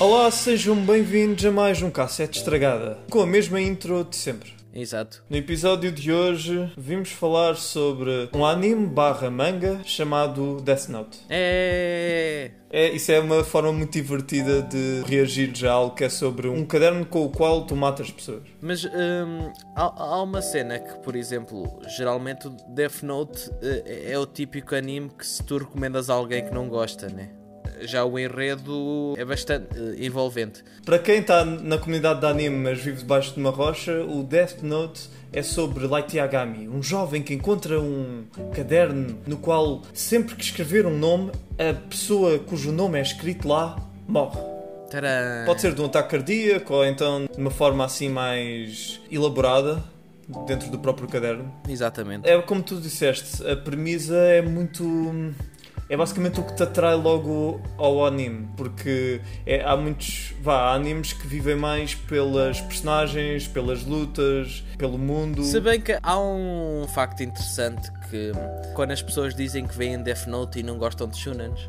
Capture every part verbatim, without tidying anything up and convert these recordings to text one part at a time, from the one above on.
Olá, sejam bem-vindos a mais um Cassete Estragada, com a mesma intro de sempre. Exato. No episódio de hoje, vimos falar sobre um anime barra manga chamado Death Note. É... É, isso é uma forma muito divertida de reagir já a algo que é sobre um caderno com o qual tu matas pessoas. Mas hum, há, há uma cena que, por exemplo, geralmente o Death Note uh, é o típico anime que se tu recomendas a alguém que não gosta, né? Já o enredo é bastante uh, envolvente. Para quem está na comunidade de anime mas vive debaixo de uma rocha, o Death Note é sobre Light Yagami, um jovem que encontra um caderno no qual, sempre que escrever um nome, a pessoa cujo nome é escrito lá morre. Tcharam. Pode ser de um ataque cardíaco ou então de uma forma assim mais elaborada dentro do próprio caderno. Exatamente. É como tu disseste, a premissa é muito... É basicamente o que te atrai logo ao anime, porque é, há muitos vá, há animes que vivem mais pelas personagens, pelas lutas, pelo mundo. Se bem que há um facto interessante que quando as pessoas dizem que veem Death Note e não gostam de shonens...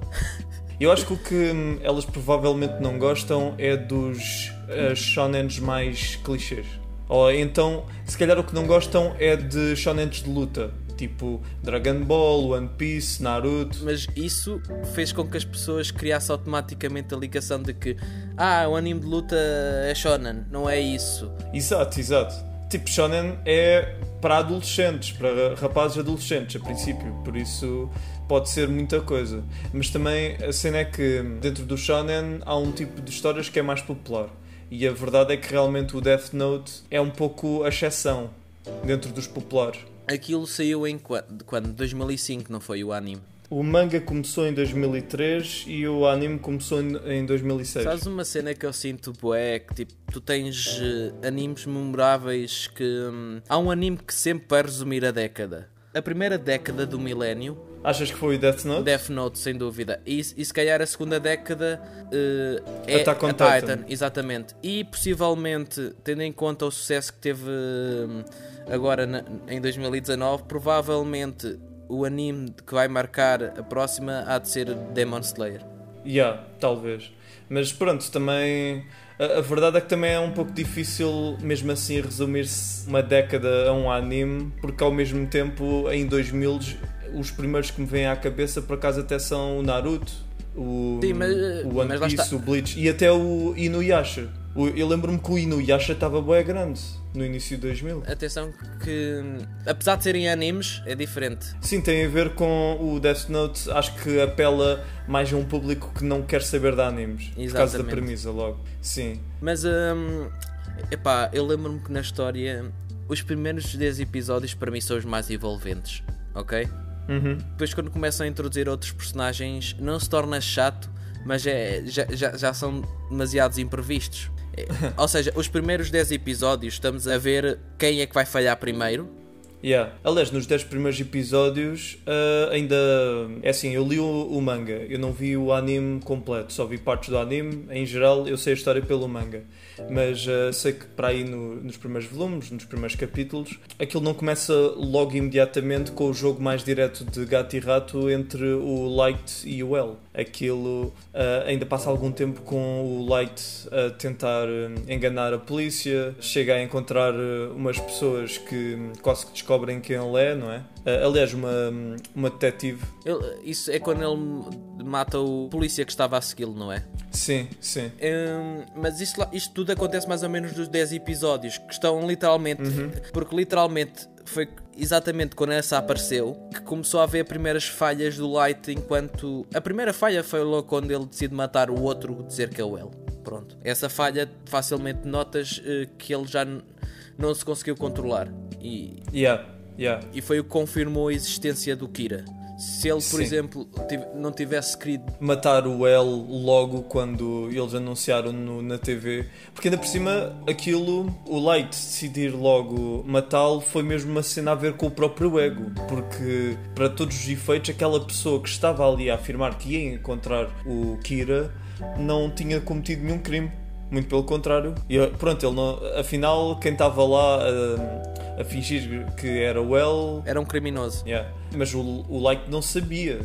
Eu acho que o que elas provavelmente não gostam é dos uh, shonens mais clichês. Ou então, se calhar o que não gostam é de shonens de luta. Tipo Dragon Ball, One Piece, Naruto. Mas isso fez com que as pessoas criassem automaticamente a ligação de que ah, o anime de luta é shonen, não é isso. Exato, exato. Tipo, shonen é para adolescentes, para rapazes adolescentes, a princípio. Por isso pode ser muita coisa. Mas também a cena é que dentro do shonen há um tipo de histórias que é mais popular. E a verdade é que realmente o Death Note é um pouco a exceção dentro dos populares. Aquilo saiu em quando? quando? dois mil e cinco, não foi o anime? O manga começou em dois mil e três e o anime começou em dois mil e seis. Sabes uma cena que eu sinto, bué, que tipo, tu tens uh, animes memoráveis que... Hum, há um anime que sempre vai resumir a década. A primeira década do milénio... Achas que foi o Death Note? Death Note, sem dúvida. E, e se calhar a segunda década uh, é Attack on a Titan. Titan. Exatamente. E possivelmente, tendo em conta o sucesso que teve uh, agora na, em dois mil e dezanove, provavelmente o anime que vai marcar a próxima há de ser Demon Slayer. Yeah, talvez. Mas pronto, também... A, a verdade é que também é um pouco difícil, mesmo assim, resumir-se uma década a um anime, porque ao mesmo tempo, em dois mil... os primeiros que me vêm à cabeça por acaso até são o Naruto, o, Sim, mas, o One mas Piece, o Bleach e até o Inuyasha. O, eu lembro-me que o Inuyasha estava bué grande no início de dois mil. Atenção que, apesar de serem animes, é diferente. Sim, tem a ver com o Death Note, acho que apela mais a um público que não quer saber de animes. Exatamente. Por causa da premissa logo. Sim. Mas, hum, epá, eu lembro-me que na história os primeiros dez episódios para mim são os mais envolventes, ok? Uhum. Depois quando começam a introduzir outros personagens não se torna chato, mas é, já, já, já são demasiados imprevistos. É, ou seja, os primeiros dez episódios estamos a ver quem é que vai falhar primeiro. Yeah. Aliás, nos dez primeiros episódios uh, ainda... É assim, eu li o, o manga, eu não vi o anime completo, só vi partes do anime. Em geral, eu sei a história pelo manga. Mas uh, sei que para aí no, nos primeiros volumes, nos primeiros capítulos, aquilo não começa logo imediatamente com o jogo mais direto de gato e rato entre o Light e o L. Aquilo uh, ainda passa algum tempo com o Light a tentar uh, enganar a polícia, chega a encontrar uh, umas pessoas que quase que descobrem quem ele é, não é? Uh, aliás, uma, uma detetive. Ele, isso é quando ele mata o polícia que estava a segui-lo, não é? Sim, sim. Hum, mas isto, isto tudo acontece mais ou menos nos dez episódios, que estão literalmente... Uhum. Porque literalmente foi exatamente quando essa apareceu que começou a haver primeiras falhas do Light enquanto... A primeira falha foi logo quando ele decide matar o outro, dizer que é o L. Pronto. Essa falha facilmente notas uh, que ele já n- não se conseguiu controlar. E... Yeah, yeah. E foi o que confirmou a existência do Kira. Se ele, por Sim. exemplo, tiv- não tivesse querido matar o L logo quando eles anunciaram no, na T V, porque ainda por cima aquilo, o Light decidir logo matá-lo foi mesmo uma cena a ver com o próprio ego, porque para todos os efeitos aquela pessoa que estava ali a afirmar que ia encontrar o Kira não tinha cometido nenhum crime. Muito pelo contrário. E pronto, ele não, afinal, quem estava lá a, a fingir que era o L... era um criminoso. Yeah. Mas o, o Light não sabia.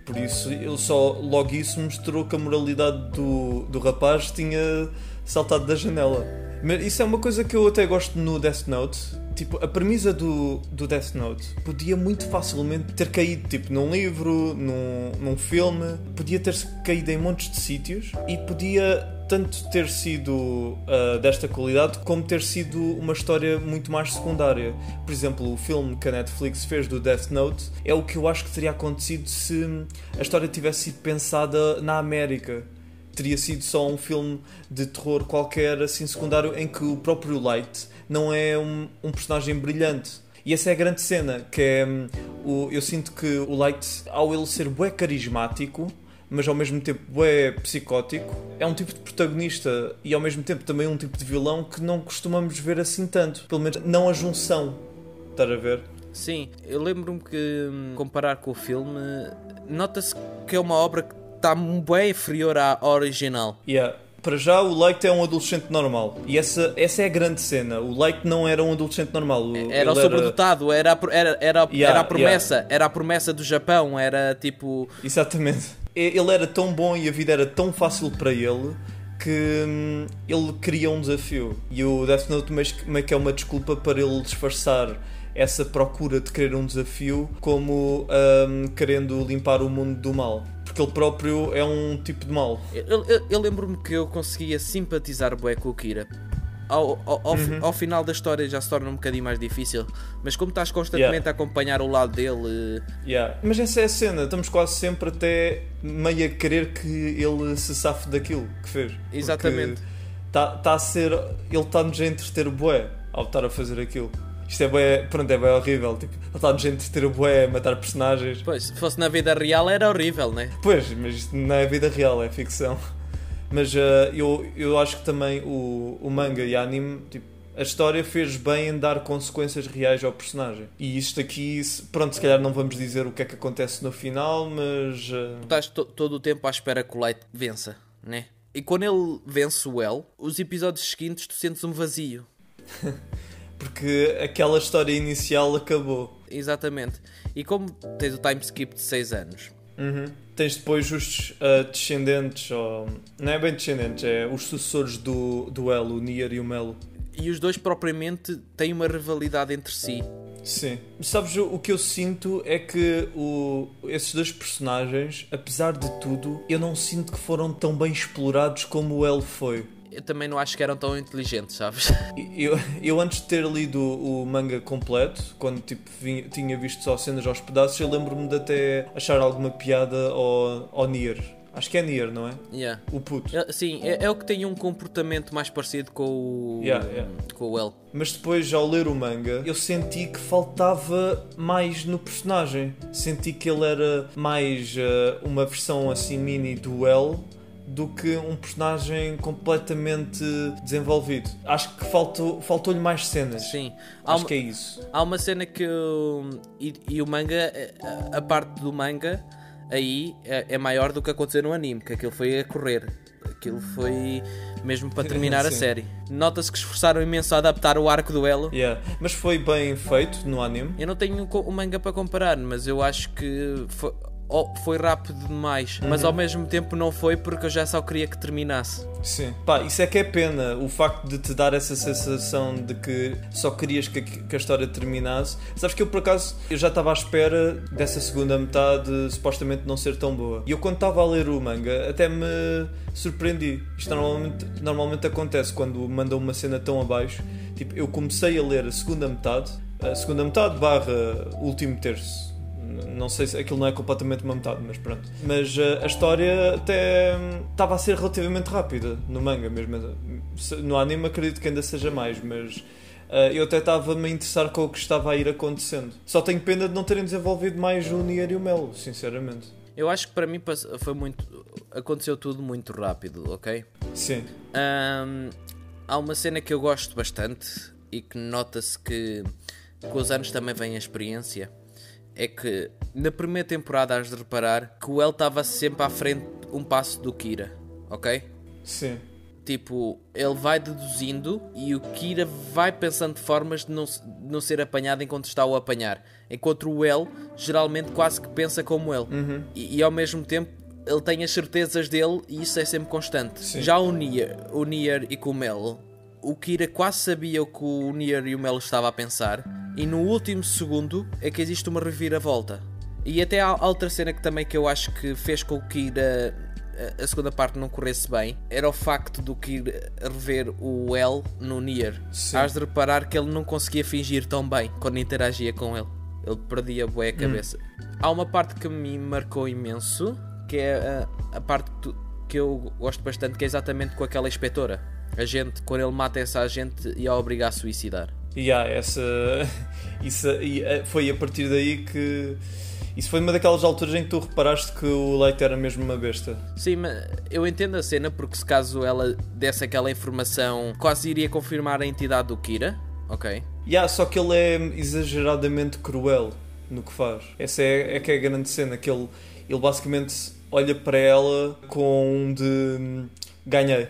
por isso ele só logo isso mostrou que a moralidade do, do rapaz tinha saltado da janela. Mas isso é uma coisa que eu até gosto no Death Note. Tipo, a premissa do, do Death Note podia muito facilmente ter caído tipo, num livro, num, num filme, podia ter caído em montes de sítios e podia tanto ter sido uh, desta qualidade como ter sido uma história muito mais secundária. Por exemplo, o filme que a Netflix fez do Death Note é o que eu acho que teria acontecido se a história tivesse sido pensada na América. Teria sido só um filme de terror qualquer, assim, secundário, em que o próprio Light não é um, um personagem brilhante. E essa é a grande cena, que é... Um, o, eu sinto que o Light, ao ele ser bué carismático, mas ao mesmo tempo bué psicótico, é um tipo de protagonista e ao mesmo tempo também um tipo de vilão que não costumamos ver assim tanto. Pelo menos não a junção. Estás a ver? Sim, eu lembro-me que, comparar com o filme, nota-se que é uma obra que está bem inferior à original. Yeah. Para já, o Light é um adolescente normal. E essa, essa é a grande cena. O Light não era um adolescente normal. O, era o sobredotado, era, era, era, era, yeah, era a promessa. Yeah. Era a promessa do Japão. Era tipo... Exatamente. Ele era tão bom e a vida era tão fácil para ele que hum, ele queria um desafio. E o Death Note meio que é uma desculpa para ele disfarçar essa procura de querer um desafio como hum, querendo limpar o mundo do mal. Porque ele próprio é um tipo de mal. Eu, eu, eu lembro-me que eu conseguia simpatizar bué com o Kira. Ao, ao, ao, uhum. ao final da história já se torna um bocadinho mais difícil. Mas como estás constantemente yeah. a acompanhar o lado dele... Yeah. Mas essa é a cena. Estamos quase sempre até meio a querer que ele se safe daquilo que fez. Exatamente. Está tá a ser... Ele está-nos a entreter bué ao estar a fazer aquilo. Isto é bué, pronto, é bué horrível. Tipo, ele está-nos a entreter bué, a matar personagens. Pois, se fosse na vida real era horrível, não é? Pois, mas isto não é vida real, é ficção. Mas uh, eu, eu acho que também o, o manga e anime, tipo, a história fez bem em dar consequências reais ao personagem. E isto aqui, pronto, se calhar não vamos dizer o que é que acontece no final, mas... Uh... Estás to- todo o tempo à espera que o Light vença, né? E quando ele vence o El, os episódios seguintes tu sentes um vazio. Porque aquela história inicial acabou. Exatamente. E como tens o time skip de seis anos... Uhum. Tens depois os uh, descendentes, ou... não é bem descendentes, é os sucessores do, do El, o Nier e o Melo. E os dois propriamente têm uma rivalidade entre si. Sim. Sabes, o que eu sinto é que o, esses dois personagens, apesar de tudo, eu não sinto que foram tão bem explorados como o El foi. Eu também não acho que eram tão inteligentes, sabes? Eu, eu antes de ter lido o manga completo, quando tipo, vinha, tinha visto só cenas aos pedaços, eu lembro-me de até achar alguma piada ao, ao Nier. Acho que é Nier, não é? Yeah. O puto. É, sim, é, é o que tem um comportamento mais parecido com o, yeah, yeah. com o El. Mas depois, ao ler o manga, eu senti que faltava mais no personagem. Senti que ele era mais uh, uma versão assim mini do El do que um personagem completamente desenvolvido. Acho que faltou, faltou-lhe mais cenas. Sim. Acho uma, que é isso. Há uma cena que... Eu, e, e o manga, a, a parte do manga, aí é, é maior do que aconteceu no anime, que aquilo foi a correr. Aquilo foi mesmo para terminar a série. Nota-se que esforçaram imenso a adaptar o arco do Elo. Yeah. Mas foi bem feito no anime. Eu não tenho o manga para comparar, mas eu acho que... Foi, Oh, foi rápido demais, uhum. mas ao mesmo tempo não foi porque eu já só queria que terminasse. Sim. Pá, isso é que é pena, o facto de te dar essa sensação de que só querias que, que a história terminasse. Sabes que eu por acaso eu já estava à espera dessa segunda metade supostamente não ser tão boa. E eu quando estava a ler o manga até me surpreendi. Isto normalmente, normalmente acontece quando mandam uma cena tão abaixo. Tipo, eu comecei a ler a segunda metade, a segunda metade barra último terço. Não sei se aquilo não é completamente uma metade, mas pronto. Mas uh, a história até estava um, a ser relativamente rápida no manga mesmo. No anime acredito que ainda seja mais, mas uh, eu até estava-me a interessar com o que estava a ir acontecendo. Só tenho pena de não terem desenvolvido mais o Nier e o Melo, sinceramente. Eu acho que para mim foi muito... aconteceu tudo muito rápido, ok? Sim. Um, há uma cena que eu gosto bastante e que nota-se que com os anos também vem a experiência. É que na primeira temporada has de reparar que o El estava sempre à frente um passo do Kira, ok? Sim. Tipo, ele vai deduzindo e o Kira vai pensando de formas de não, de não ser apanhado enquanto está a apanhar. Enquanto o L geralmente quase que pensa como ele. Uhum. E, e ao mesmo tempo ele tem as certezas dele e isso é sempre constante. Sim. Já o Nier, o Nier e com o Mel, o Kira quase sabia o que o Nier e o Mel estava a pensar. E no último segundo é que existe uma reviravolta. E até há outra cena que também que eu acho que fez com que Kira, a segunda parte não corresse bem, era o facto do Kira rever o L no Nier. Sim. Has de reparar que ele não conseguia fingir tão bem quando interagia com ele. Ele perdia bué a cabeça. Hum. Há uma parte que me marcou imenso, que é a, a parte que, tu, que eu gosto bastante, que é exatamente com aquela inspetora. A gente, quando ele mata essa agente e a obriga a suicidar. E yeah, essa, isso, foi a partir daí que... Isso foi uma daquelas alturas em que tu reparaste que o Light era mesmo uma besta. Sim, mas eu entendo a cena, porque se caso ela desse aquela informação, quase iria confirmar a entidade do Kira. Ok. Yeah, só que ele é exageradamente cruel no que faz. Essa é, é que é a grande cena, que ele, ele basicamente olha para ela com um de... ganhei.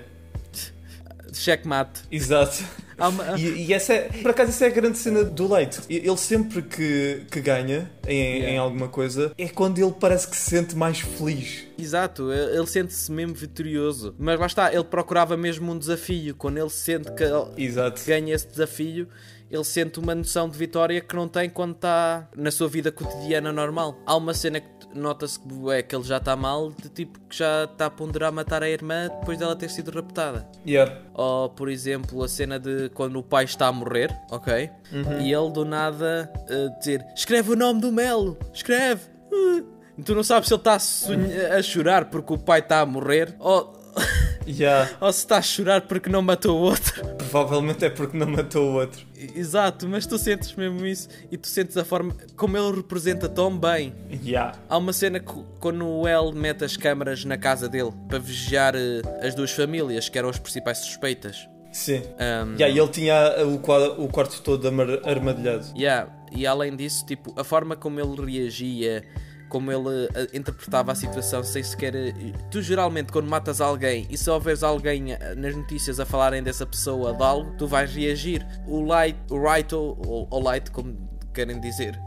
Checkmate. Exato. Uma... E, e essa é, por acaso, essa é a grande cena do Light. Ele sempre que, que ganha em, yeah. em alguma coisa, é quando ele parece que se sente mais feliz. Exato, ele sente-se mesmo vitorioso. Mas lá está, ele procurava mesmo um desafio. Quando ele sente que, Exato. que ganha esse desafio, ele sente uma noção de vitória que não tem quando está na sua vida cotidiana normal. Há uma cena que nota-se que, é, que ele já está mal, de tipo que já está a ponderar matar a irmã depois dela ter sido raptada. Yeah. Ou, por exemplo, a cena de quando o pai está a morrer, ok? Uhum. E ele do nada uh, dizer: escreve o nome do Melo, escreve. Uh. E tu não sabes se ele está a, sonha- a chorar porque o pai está a morrer ou... Yeah. ou se está a chorar porque não matou o outro. Provavelmente é porque não matou o outro. Exato, mas tu sentes mesmo isso e tu sentes a forma como ele representa tão bem. Yeah. Há uma cena que, quando o El mete as câmaras na casa dele para vigiar uh, as duas famílias que eram as principais suspeitas. Sim. Um, yeah, e ele tinha o quarto, o quarto todo armadilhado. Yeah. E além disso, tipo, a forma como ele reagia, como ele uh, interpretava a situação sem sequer... Uh, tu geralmente quando matas alguém e se houveres alguém uh, nas notícias a falarem dessa pessoa de algo, tu vais reagir. O Light, o Right ou o Light, como querem dizer,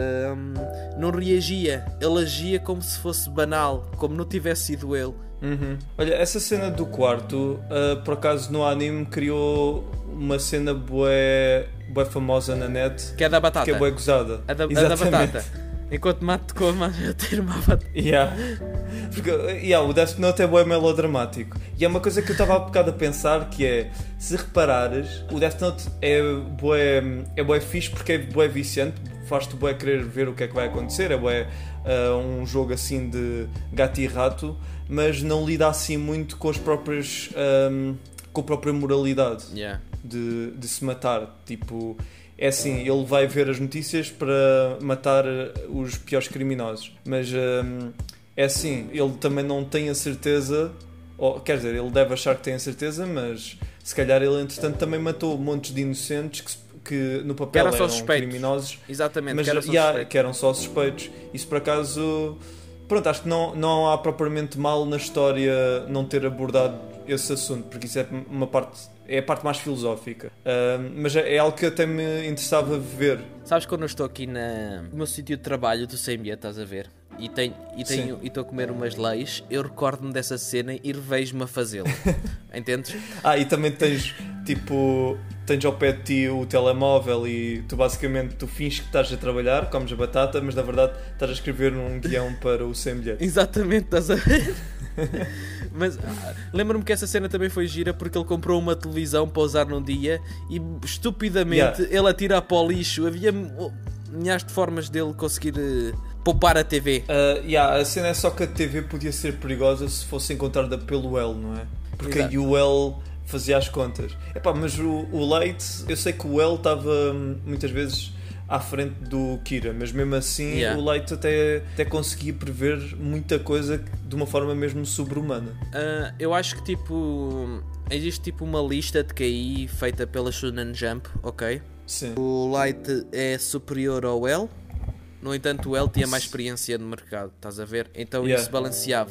um, não reagia. Ele agia como se fosse banal, como não tivesse sido ele. Uhum. Olha, essa cena do quarto, uh, por acaso no anime criou uma cena bué, bué famosa na net. Que é da batata. Que é bué gozada. A da, a da batata. Enquanto mato com a mão, eu tenho uma batata. Yeah. Porque yeah, o Death Note é bué melodramático. E é uma coisa que eu estava há bocado a pensar, que é, se reparares, o Death Note é bué, é bué fixe porque é bué viciante, faz-te bué querer ver o que é que vai acontecer, é bué uh, um jogo assim de gato e rato, mas não lida assim muito com as próprias um, com a própria moralidade. Yeah. de, de se matar. Tipo, é assim, ele vai ver as notícias para matar os piores criminosos, mas um, é assim, ele também não tem a certeza, ou, quer dizer, ele deve achar que tem a certeza, mas se calhar ele entretanto também matou montes de inocentes que, que no papel que eram, eram criminosos. Exatamente, mas que, era só yeah, que eram só suspeitos. Isso por acaso, pronto, acho que não, não há propriamente mal na história não ter abordado esse assunto, porque isso é uma parte, é a parte mais filosófica, uh, mas é, é algo que até me interessava ver. Sabes, quando eu estou aqui na, no meu sítio de trabalho do C M B, estás a ver, e tenho e tenho e estou a comer umas leis, eu recordo-me dessa cena e revejo-me a fazê-lo. Entendes? Ah, e também tens tipo, tens ao pé de ti o telemóvel e tu basicamente tu finges que estás a trabalhar, comes a batata, mas na verdade estás a escrever um guião para o C M B. Exatamente, estás a ver? Mas ah, lembro-me que essa cena também foi gira porque ele comprou uma televisão para usar num dia e estupidamente yeah. ele atira para o lixo. Havia milhares de formas dele conseguir uh, poupar a T V. Uh, yeah, a cena é só que a T V podia ser perigosa se fosse encontrada pelo L, não é? Porque aí o L fazia as contas. Epá, mas o, o Light, eu sei que o L estava muitas vezes à frente do Kira, mas mesmo assim yeah. o Light até, até conseguia prever muita coisa de uma forma mesmo sobre-humana. Uh, eu acho que tipo existe tipo uma lista de Q I feita pela Shonen Jump, ok? Sim. O Light é superior ao L, no entanto o L tinha mais experiência no mercado, estás a ver? Então yeah. isso balanceava.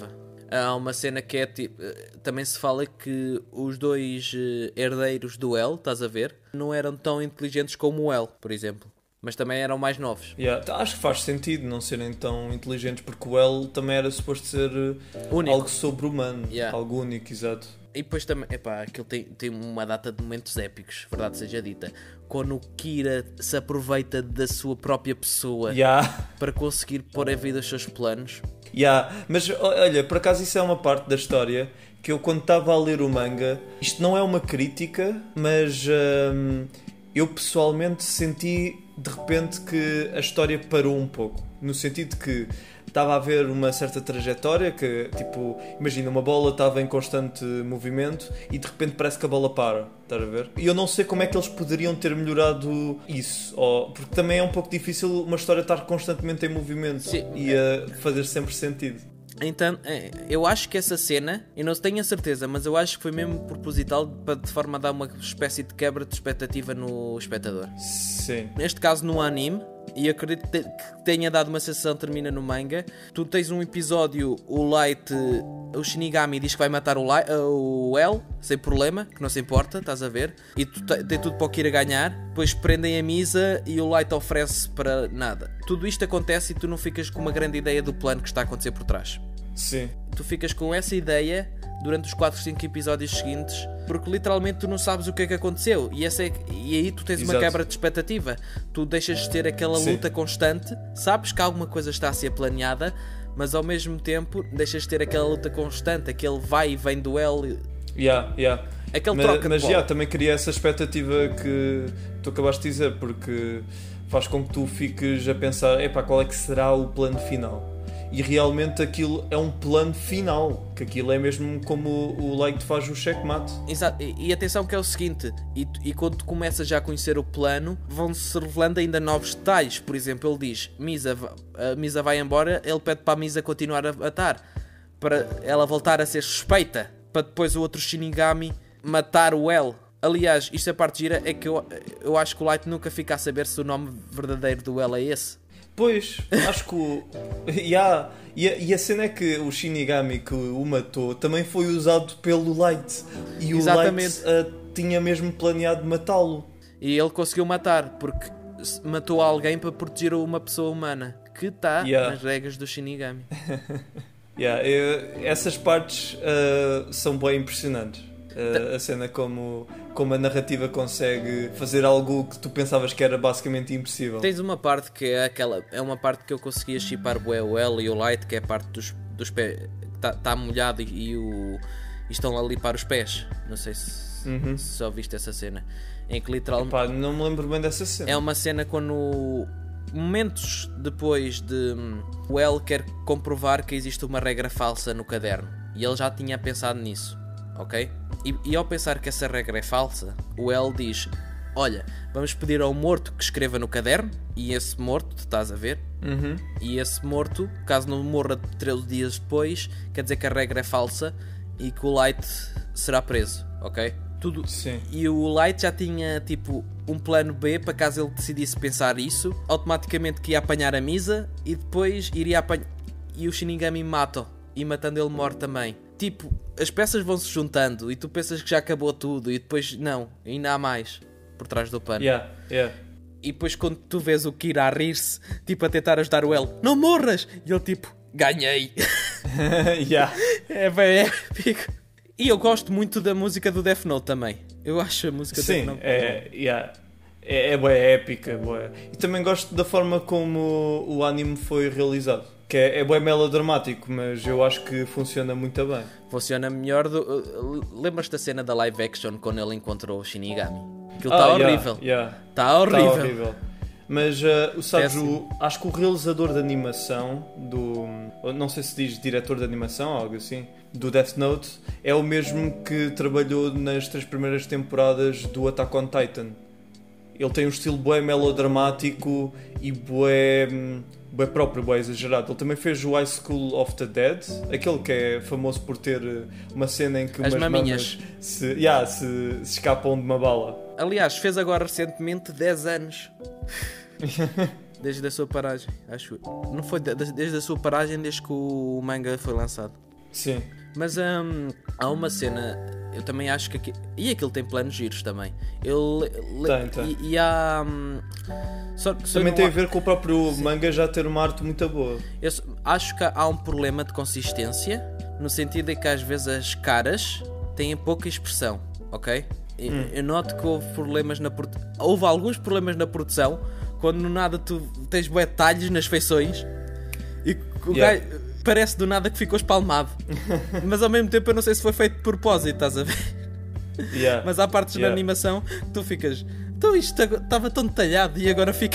Há uma cena que é tipo. Também se fala que os dois herdeiros do L, estás a ver, não eram tão inteligentes como o L, por exemplo. Mas também eram mais novos. Yeah, acho que faz sentido não serem tão inteligentes, porque o L também era suposto ser Único. algo sobre-humano, Yeah. algo único, exato. E depois também, epá, aquilo tem, tem uma data de momentos épicos, verdade seja dita. Quando o Kira se aproveita da sua própria pessoa Yeah. para conseguir pôr em vida os seus planos. Yeah. Mas olha, por acaso isso é uma parte da história que eu, quando estava a ler o manga, isto não é uma crítica, mas hum, eu pessoalmente senti de repente que a história parou um pouco, no sentido que estava a haver uma certa trajetória que, tipo, imagina, uma bola estava em constante movimento e de repente parece que a bola para, estás a ver? E eu não sei como é que eles poderiam ter melhorado isso, ou, porque também é um pouco difícil uma história estar constantemente em movimento. Sim. E a fazer sempre sentido. Então, eu acho que essa cena, eu não tenho a certeza, mas eu acho que foi mesmo proposital para de forma a dar uma espécie de quebra de expectativa no espectador. Sim. Neste caso no anime, e acredito que tenha dado uma sensação, termina no manga. Tu tens um episódio, o Light, o Shinigami diz que vai matar o, Light, o L sem problema, que não se importa, estás a ver, e tu tem tudo para o Kira ganhar. Depois prendem a Misa e o Light oferece para nada. Tudo isto acontece e tu não ficas com uma grande ideia do plano que está a acontecer por trás. Sim. Tu ficas com essa ideia durante os quatro, cinco episódios seguintes, porque literalmente tu não sabes o que é que aconteceu, e, essa é, e aí tu tens Exato. uma quebra de expectativa. Tu deixas de ter aquela Sim. luta constante, sabes que alguma coisa está a ser planeada, mas ao mesmo tempo deixas de ter aquela luta constante, aquele vai e vem duelo. Yeah, yeah. Aquele mas troca de mas bola. yeah, também queria essa expectativa que tu acabaste de dizer, porque faz com que tu fiques a pensar, epá, qual é que será o plano final? E realmente aquilo é um plano final, que aquilo é mesmo como o Light faz o checkmate. Exato. E, e atenção que é o seguinte, e, e quando tu começas já a conhecer o plano, vão-se revelando ainda novos detalhes. Por exemplo, ele diz, Misa, a Misa vai embora, ele pede para a Misa continuar a matar, para ela voltar a ser suspeita, para depois o outro Shinigami matar o L. Aliás, isto a parte gira é que eu, eu acho que o Light nunca fica a saber se o nome verdadeiro do L é esse. Pois, acho que o... yeah. e, a, e a cena é que o Shinigami que o matou também foi usado pelo Light. E Exatamente. o Light uh, tinha mesmo planeado matá-lo. E ele conseguiu matar, porque matou alguém para proteger uma pessoa humana, que está Yeah. nas regras do Shinigami. Yeah, eu, essas partes uh, são bem impressionantes. Uh, a cena como, como a narrativa consegue fazer algo que tu pensavas que era basicamente impossível. Tens uma parte que é aquela, é uma parte que eu conseguia chipar bué o L e o Light, que é a parte dos, dos pés, está tá molhado e, e, o, e estão a limpar os pés. Não sei se, Uhum. se só viste essa cena, em que literalmente Epá, não me lembro bem dessa cena. é uma cena quando momentos depois de o L quer comprovar que existe uma regra falsa no caderno e ele já tinha pensado nisso, ok? E, e ao pensar que essa regra é falsa, o L diz, olha, vamos pedir ao morto que escreva no caderno, e esse morto, tu estás a ver, Uhum. e esse morto, caso não morra treze dias depois, quer dizer que a regra é falsa e que o Light será preso, ok? Tudo. Sim. E o Light já tinha tipo um plano B para caso ele decidisse pensar isso, automaticamente que ia apanhar a Misa e depois iria apanhar. E o Shinigami mata-o, e matando ele morre também. Tipo, as peças vão se juntando e tu pensas que já acabou tudo e depois não, ainda há mais por trás do pano. Yeah, yeah. E depois quando tu vês o Kira a rir-se, tipo a tentar ajudar o L, não morras! E ele tipo, ganhei! Yeah. É bem épico. E eu gosto muito da música do Death Note também. Eu acho a música do Death Sim, Note é, yeah. é, é bué épica. Bué. E também gosto da forma como o anime foi realizado. Que é, é bué melodramático, mas eu acho que funciona muito bem. funciona melhor do... uh, lembras-te da cena da live action quando ele encontrou o Shinigami? Aquilo Ah, está yeah, horrível. yeah. Está horrível. Tá horrível. Mas uh, sabes, Péssimo. o, acho que o realizador de animação do... não sei se diz diretor de animação ou algo assim, do Death Note, é o mesmo que trabalhou nas três primeiras temporadas do Attack on Titan. Ele tem um estilo bué melodramático e bué, bué próprio, bué exagerado. Ele também fez o High School of the Dead, aquele que é famoso por ter uma cena em que As umas maminhas. mamas se, yeah, se, se escapam de uma bala. Aliás, fez agora recentemente dez anos. Desde a sua paragem, acho. Não foi de- desde a sua paragem, desde que o manga foi lançado. Sim. Mas hum, há uma cena, eu também acho que aqui, e aquilo tem planos giros também. Eu, Tem, tem. E, e há hum, só, só Também não tem há- a ver com o próprio manga já ter uma arte muito boa. eu s- acho que há um problema de consistência, no sentido em que às vezes as caras têm pouca expressão, ok? E- Hum. Eu noto que houve problemas na produ- houve alguns problemas na produção, quando no nada tu tens bué detalhes nas feições e o Yeah. gajo parece do nada que ficou espalmado. Mas ao mesmo tempo eu não sei se foi feito de propósito, estás a ver? Yeah. Mas há partes Yeah. na animação que tu ficas, então isto estava tão detalhado e agora fica.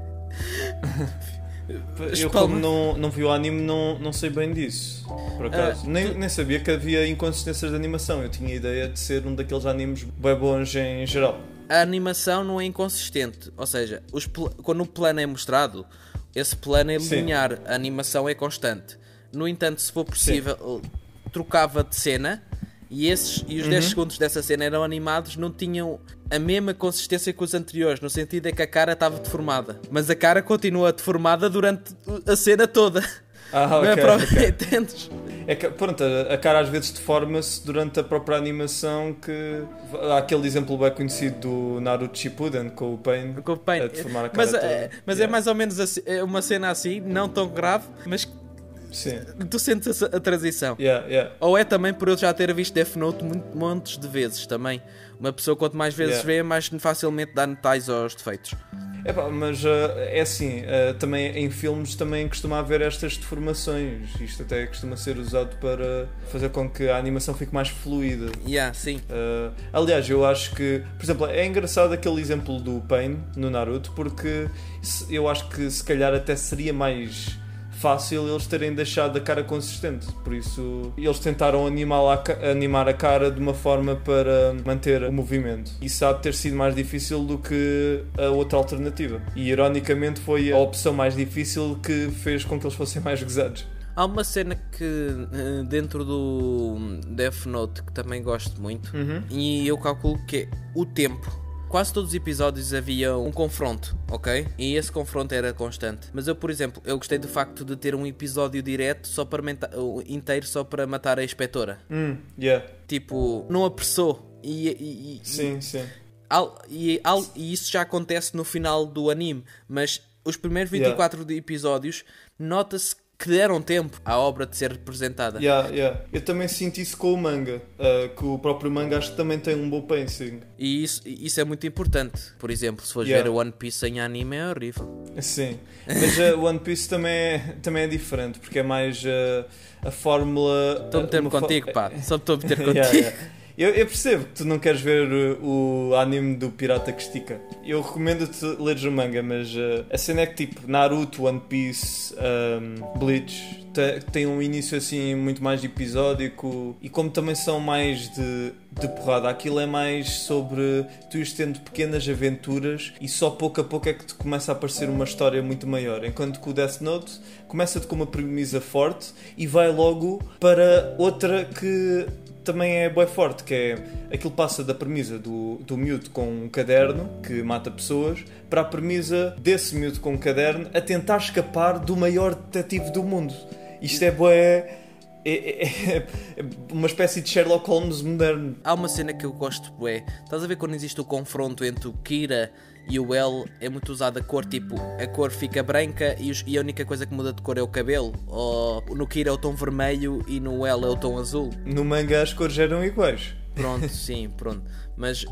Eu, Espalma. como não, não vi o anime, não, não sei bem disso. Por acaso. Ah, nem, tu- nem sabia que havia inconsistências de animação. Eu tinha a ideia de ser um daqueles animes bem bons em geral. A animação não é inconsistente, ou seja, os pl- quando o plano é mostrado, esse plano é Sim. linear, a animação é constante. No entanto, se for possível, trocava de cena e, esses, e os dez segundos dessa cena eram animados, não tinham a mesma consistência que os anteriores, no sentido é que a cara estava deformada, mas a cara continua deformada durante a cena toda. Ah, Não é ok, para... ok. Entendes? É que, pronto, a, a cara às vezes deforma-se durante a própria animação, que há aquele exemplo bem conhecido do Naruto Shippuden com o Pain, Com o Pain. a deformar a cara Mas, toda. é, mas é Yeah. mais ou menos assim, é uma cena assim, não tão grave, mas Sim. tu sentes a, a transição. Yeah, yeah. Ou é também por eu já ter visto Death Note muito, montes de vezes também. Uma pessoa quanto mais vezes Yeah. vê, mais facilmente dá detalhes aos defeitos. Epá, mas uh, é assim, uh, também em filmes também costuma haver estas deformações. Isto até costuma ser usado para fazer com que a animação fique mais fluida. Yeah, sim. Uh, aliás, eu acho que, por exemplo, é engraçado aquele exemplo do Pain no Naruto, porque se- eu acho que se calhar até seria mais fácil eles terem deixado a cara consistente. Por isso, eles tentaram animar a, ca- animar a cara de uma forma para manter o movimento. Isso há de ter sido mais difícil do que a outra alternativa. E, ironicamente, foi a opção mais difícil que fez com que eles fossem mais gozados. Há uma cena que eh, dentro do Death Note que também gosto muito, Uhum. e eu calculo que é o tempo. Quase todos os episódios havia um confronto, ok? E esse confronto era constante. Mas eu, por exemplo, eu gostei do facto de ter um episódio direto só para menta- inteiro só para matar a inspetora. Hum, yeah. Tipo, não apressou. E, e, e, Sim, sim. Al- e, al- e isso já acontece no final do anime, mas os primeiros vinte e quatro de episódios nota-se que deram tempo à obra de ser representada. Yeah, yeah. Eu também sinto isso com o manga, uh, que o próprio manga acho que também tem um bom pacing. E isso, isso é muito importante. Por exemplo, se fores Yeah. ver o One Piece em anime é horrível. Sim, mas uh, One Piece também é, também é diferente, porque é mais uh, a fórmula... Estou a meter-me uma fó- contigo, pá. Só estou a meter contigo. Yeah, yeah. Eu, eu percebo que tu não queres ver uh, o anime do Pirata que Estica. Eu recomendo-te leres o manga, mas uh, a cena é que tipo Naruto, One Piece, um, Bleach te, tem um início assim muito mais episódico, e como também são mais de, de porrada, aquilo é mais sobre tu ires tendo pequenas aventuras e só pouco a pouco é que te começa a aparecer uma história muito maior, enquanto que o Death Note começa-te com uma premissa forte e vai logo para outra que também é bem forte, que é aquilo passa da premissa do, do miúdo com um caderno que mata pessoas para a premissa desse miúdo com um caderno a tentar escapar do maior detetive do mundo. Isto é bué, é, é, é uma espécie de Sherlock Holmes moderno. Há uma cena que eu gosto, bué. Estás a ver quando existe o confronto entre o Kira e o L, é muito usada a cor, tipo, a cor fica branca e, os, e a única coisa que muda de cor é o cabelo? Ou no Kira é o tom vermelho e no L é o tom azul? No manga as cores eram iguais. Pronto, sim, pronto. Mas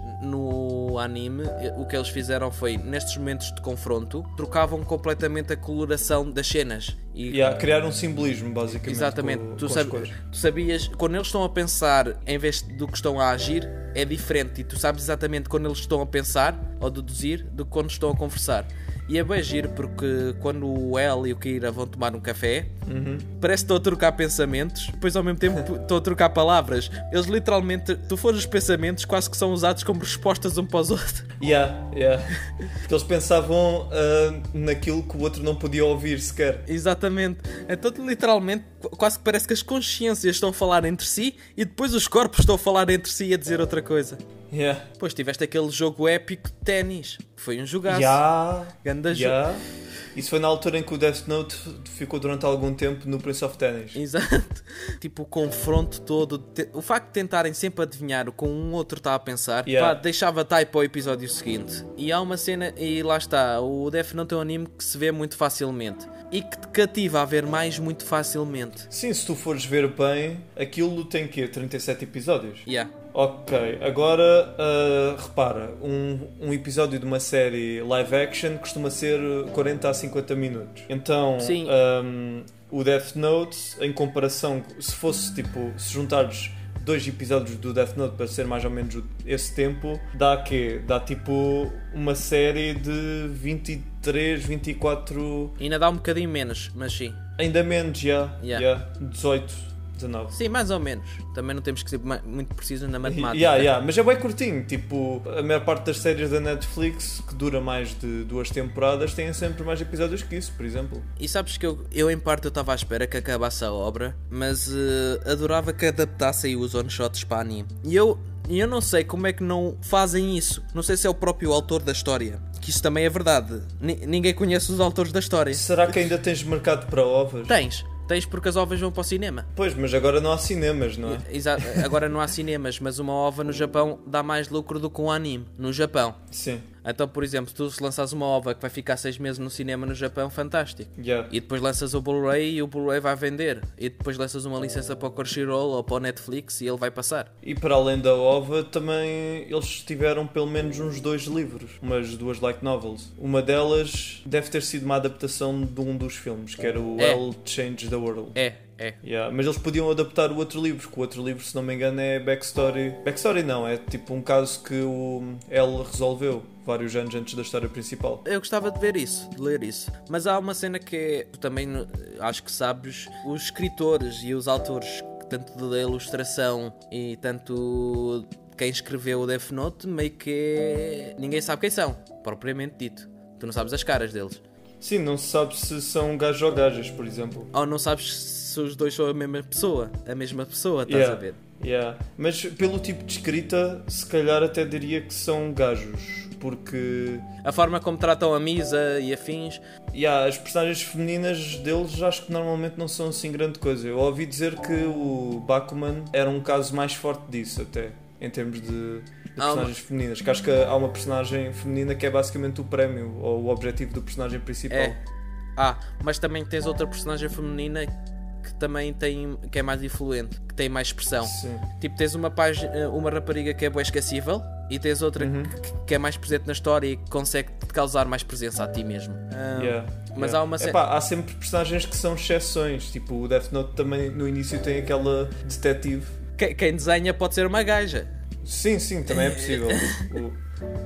no anime, o que eles fizeram foi, nestes momentos de confronto, trocavam completamente a coloração das cenas. E E a criar um simbolismo, basicamente. exatamente, com, tu, com sabe- as cores. tu sabias, quando eles estão a pensar em vez do que estão a agir, é diferente, e tu sabes exatamente quando eles estão a pensar ou deduzir do que quando estão a conversar. E é bem giro porque quando o El e o Kira vão tomar um café, Uhum. parece que estão a trocar pensamentos, depois ao mesmo tempo estão a trocar palavras. Eles literalmente, tu fores os pensamentos, quase que são usados como respostas um para os outros. Yeah, yeah. Porque eles pensavam ah, naquilo que o outro não podia ouvir sequer. Exatamente. Então, literalmente, qu- quase que parece que as consciências estão a falar entre si e depois os corpos estão a falar entre si e a dizer outra coisa. Yeah. Depois tiveste aquele jogo épico de ténis, que foi um jogaço. Yeah. Ganda jo- Yeah. Isso foi na altura em que o Death Note ficou durante algum tempo no Prince of Tennis. Exato. Tipo, o confronto todo, te... o facto de tentarem sempre adivinhar o que um outro está a pensar, yeah. pá, deixava type para o episódio seguinte. E há uma cena, e lá está, o Death Note é um anime que se vê muito facilmente e que te cativa a ver mais muito facilmente. Sim, se tu fores ver bem, aquilo tem quê? trinta e sete episódios? Yeah. Ok, agora uh, repara, um, um episódio de uma série live action costuma ser quarenta a cinquenta minutos. Então, um, o Death Note, em comparação, se fosse tipo, se juntares dois episódios do Death Note para ser mais ou menos esse tempo, dá quê? Dá tipo uma série de vinte e três, vinte e quatro... Ainda dá um bocadinho menos, mas sim. Ainda menos, já. Yeah. Yeah. dezoito, dezanove. Sim, mais ou menos. Também não temos que ser muito precisos na matemática. Yeah, yeah. Mas é bem curtinho. Tipo, a maior parte das séries da Netflix, que dura mais de duas temporadas, têm sempre mais episódios que isso, por exemplo. E sabes que eu, eu em parte, eu estava à espera que acabasse a obra, mas uh, adorava que adaptassem os one-shots para anime. E eu, eu não sei como é que não fazem isso. Não sei se é o próprio autor da história. Que isso também é verdade. N- ninguém conhece os autores da história. Será que ainda tens mercado para ovas? Tens. Tens porque as ovas vão para o cinema. Pois, mas agora não há cinemas, não é? Exato. Agora não há cinemas, mas uma ova no Japão dá mais lucro do que um anime. No Japão. Sim. Então, por exemplo, tu se lanças uma ova que vai ficar seis meses no cinema no Japão, fantástico. Yeah. E depois lanças o Blu-ray e o Blu-ray vai vender. E depois lanças uma licença para o Crunchyroll ou para o Netflix e ele vai passar. E para além da ova, também eles tiveram pelo menos uns dois livros. Umas duas light novels. Uma delas deve ter sido uma adaptação de um dos filmes, que era o É. Hell Changed the World. É, é. Yeah. Mas eles podiam adaptar o outro livro, que o outro livro, se não me engano, é backstory. Backstory não, é tipo um caso que o Hell resolveu vários anos antes da história principal. Eu gostava de ver isso, de ler isso. Mas há uma cena que é, tu também acho que sabes, os escritores e os autores, tanto da ilustração e tanto quem escreveu o Death Note, meio que é... ninguém sabe quem são, propriamente dito. Tu não sabes as caras deles. Sim, não se sabe se são gajos ou gajas, por exemplo. Ou não sabes se os dois são a mesma pessoa. A mesma pessoa, estás Yeah. a ver? Yeah. Mas pelo tipo de escrita, se calhar até diria que são gajos. Porque A forma como tratam a Misa e afins. yeah, as personagens femininas deles acho que normalmente não são assim grande coisa. Eu ouvi dizer que o Bakuman era um caso mais forte disso até, em termos de, de personagens femininas. Que acho que há uma personagem feminina que é basicamente o prémio ou o objetivo do personagem principal. É. Ah, mas também tens outra personagem feminina que também tem, que é mais influente, que tem mais expressão. Sim. Tipo, tens uma, página, uma rapariga que é bué esquecível e tens outra Uhum. que, que é mais presente na história e que consegue te causar mais presença a ti mesmo. Ah, Yeah, mas yeah. há uma ce- Epá, há sempre personagens que são exceções. Tipo, o Death Note também no início tem aquela detetive. que- quem desenha pode ser uma gaja. Sim, sim, também é possível. O-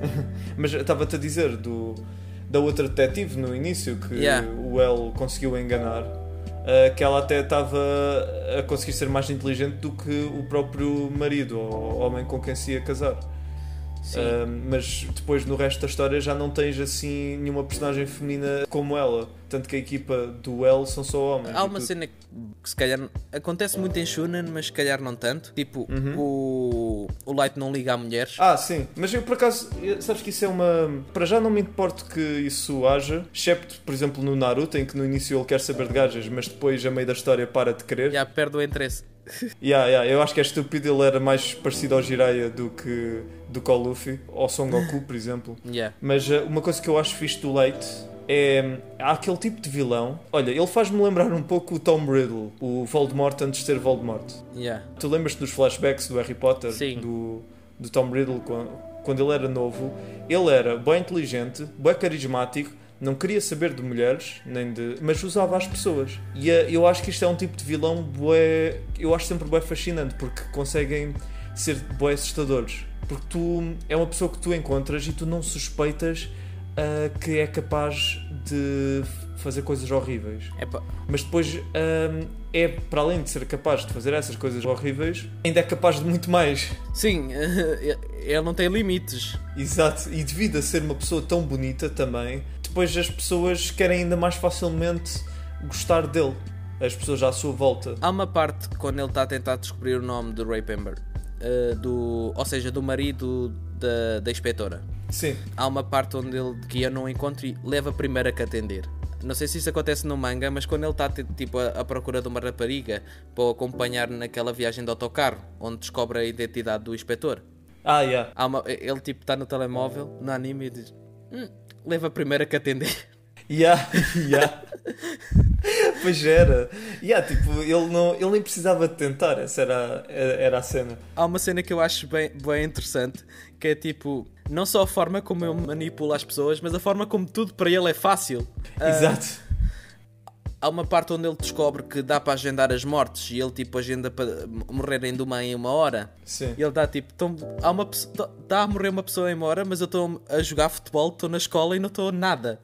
Mas estava-te a dizer do... da outra detetive no início que Yeah. o El conseguiu enganar, uh, que ela até estava a conseguir ser mais inteligente do que o próprio marido ou homem com quem se ia casar. Sim. Uh, mas depois no resto da história já não tens assim nenhuma personagem feminina como ela, tanto que a equipa do El são só homens. Há e uma tudo. cena que se calhar acontece muito em Shunan, mas se calhar não tanto. Tipo, o, o Light não liga a mulheres. Ah, sim, mas eu por acaso, sabes que isso é uma. Para já não me importo que isso haja, excepto, por exemplo, no Naruto, em que no início ele quer saber de gajas, mas depois, a meio da história, para de querer. Já perde o interesse. Yeah, yeah, eu acho que é estúpido, ele era mais parecido ao Jiraiya do que, do que ao Luffy, ou Son Goku, por exemplo. Yeah. Mas uh, uma coisa que eu acho fixe do Light é. Há aquele tipo de vilão. Olha, ele faz-me lembrar um pouco o Tom Riddle, o Voldemort antes de ser Voldemort. Yeah. Tu lembras-te dos flashbacks do Harry Potter? Sim. Do, do Tom Riddle quando, quando ele era novo? Ele era bem inteligente, bem carismático, não queria saber de mulheres, nem de, mas usava as pessoas. E uh, eu acho que isto é um tipo de vilão bué, eu acho sempre bué fascinante, porque conseguem ser bué assustadores. Porque tu é uma pessoa que tu encontras e tu não suspeitas uh, que é capaz de fazer coisas horríveis. Epá, Mas depois um, é, para além de ser capaz de fazer essas coisas horríveis, ainda é capaz de muito mais. sim, ele não tem limites. Exato. E devido a ser uma pessoa tão bonita também, depois as pessoas querem ainda mais facilmente gostar dele. As pessoas à sua volta. Há uma parte quando ele está a tentar descobrir o nome do Ray Pember, uh, do, ou seja, do marido da, da inspetora. Sim. Há uma parte onde ele guia num encontro e leva primeiro a que atender. Não sei se isso acontece no manga, mas quando ele está tipo à procura de uma rapariga para o acompanhar naquela viagem de autocarro, onde descobre a identidade do inspetor. Ah, yeah. Há uma, ele tipo está no telemóvel, no anime, e diz: hum, leva a primeira que atender. Yeah, yeah. Pois era. Yeah, tipo, ele, não, ele nem precisava de tentar, essa era, era a cena. Há uma cena que eu acho bem, bem interessante, que é tipo, não só a forma como ele manipula as pessoas, mas a forma como tudo para ele é fácil. Exato. Uh, há uma parte onde ele descobre que dá para agendar as mortes e ele tipo agenda para morrerem de uma em uma hora. Sim. E ele dá tipo, tão, há uma está a morrer uma pessoa em uma hora, mas eu estou a jogar futebol, estou na escola e não estou nada.